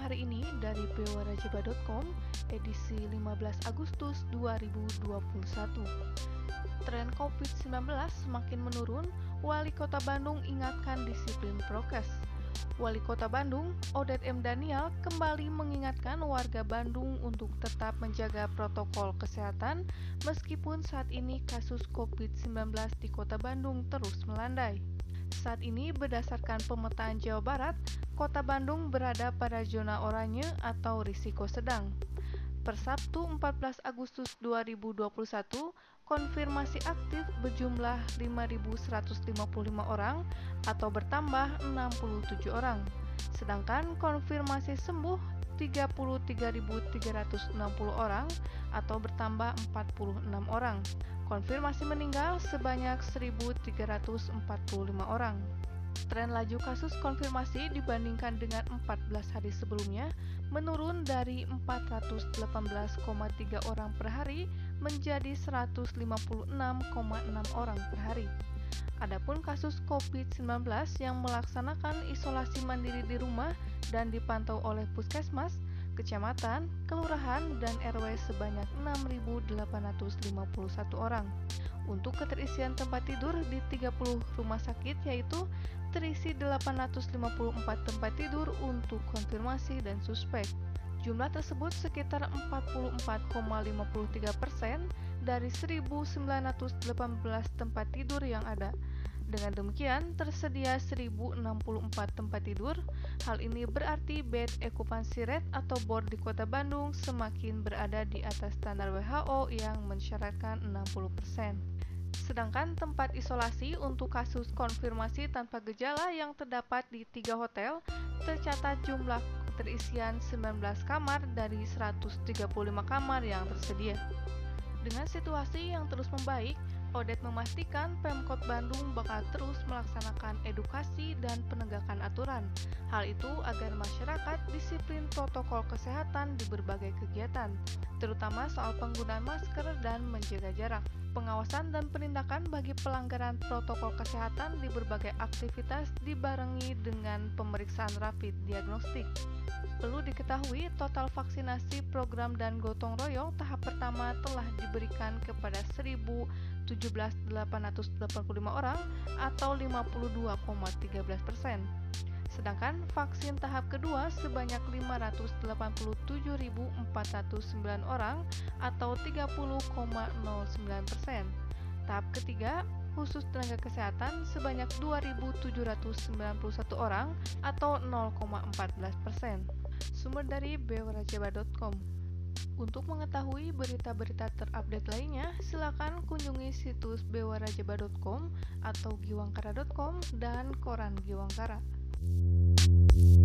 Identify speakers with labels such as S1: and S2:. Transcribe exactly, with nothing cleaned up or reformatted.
S1: hari ini dari bewarajaba titik com, edisi lima belas Agustus dua ribu dua puluh satu. Tren covid sembilan belas semakin menurun, Wali Kota Bandung ingatkan disiplin prokes. Wali Kota Bandung, Odet M. Daniel, kembali mengingatkan warga Bandung untuk tetap menjaga protokol kesehatan meskipun saat ini kasus covid sembilan belas di Kota Bandung terus melandai. Saat ini berdasarkan pemetaan Jawa Barat, Kota Bandung berada pada zona oranye atau risiko sedang. Per Sabtu empat belas Agustus dua ribu dua puluh satu, konfirmasi aktif berjumlah lima ribu seratus lima puluh lima orang atau bertambah enam puluh tujuh orang. Sedangkan konfirmasi sembuh tiga puluh tiga ribu tiga ratus enam puluh orang atau bertambah empat puluh enam orang. Konfirmasi meninggal sebanyak seribu tiga ratus empat puluh lima orang. Tren laju kasus konfirmasi dibandingkan dengan empat belas hari sebelumnya menurun dari empat ratus delapan belas koma tiga orang per hari menjadi seratus lima puluh enam koma enam orang per hari. Adapun kasus covid sembilan belas yang melaksanakan isolasi mandiri di rumah dan dipantau oleh puskesmas, kecamatan, kelurahan, dan R W sebanyak enam ribu delapan ratus lima puluh satu orang. Untuk keterisian tempat tidur di tiga puluh rumah sakit yaitu terisi delapan ratus lima puluh empat tempat tidur untuk konfirmasi dan suspek. Jumlah tersebut sekitar empat puluh empat koma lima tiga persen dari seribu sembilan ratus delapan belas tempat tidur yang ada. Dengan demikian, tersedia seribu enam puluh empat tempat tidur. Hal ini berarti bed occupancy rate atau B O R di Kota Bandung semakin berada di atas standar W H O yang mensyaratkan enam puluh persen. Sedangkan tempat isolasi untuk kasus konfirmasi tanpa gejala yang terdapat di tiga hotel tercatat jumlah terisian sembilan belas kamar dari seratus tiga puluh lima kamar yang tersedia. Dengan situasi yang terus membaik, Odet memastikan Pemkot Bandung bakal terus melaksanakan edukasi dan penegakan aturan. Hal itu agar masyarakat disiplin protokol kesehatan di berbagai kegiatan, terutama soal penggunaan masker dan menjaga jarak. Pengawasan dan penindakan bagi pelanggaran protokol kesehatan di berbagai aktivitas dibarengi dengan pemeriksaan rapid diagnostik. Perlu diketahui, total vaksinasi program dan gotong royong tahap pertama telah diberikan kepada seribu tujuh belas ribu delapan ratus delapan puluh lima orang atau lima puluh dua koma tiga belas persen. Sedangkan vaksin tahap kedua sebanyak lima ratus delapan puluh tujuh ribu empat ratus sembilan orang atau tiga puluh koma nol sembilan persen. Tahap ketiga khusus tenaga kesehatan sebanyak dua ribu tujuh ratus sembilan puluh satu orang atau nol koma empat belas persen. Sumber dari bewarajaba titik com. Untuk mengetahui berita-berita terupdate lainnya, silakan kunjungi situs bewarajaba titik com atau giwangkara titik com dan koran Giwangkara.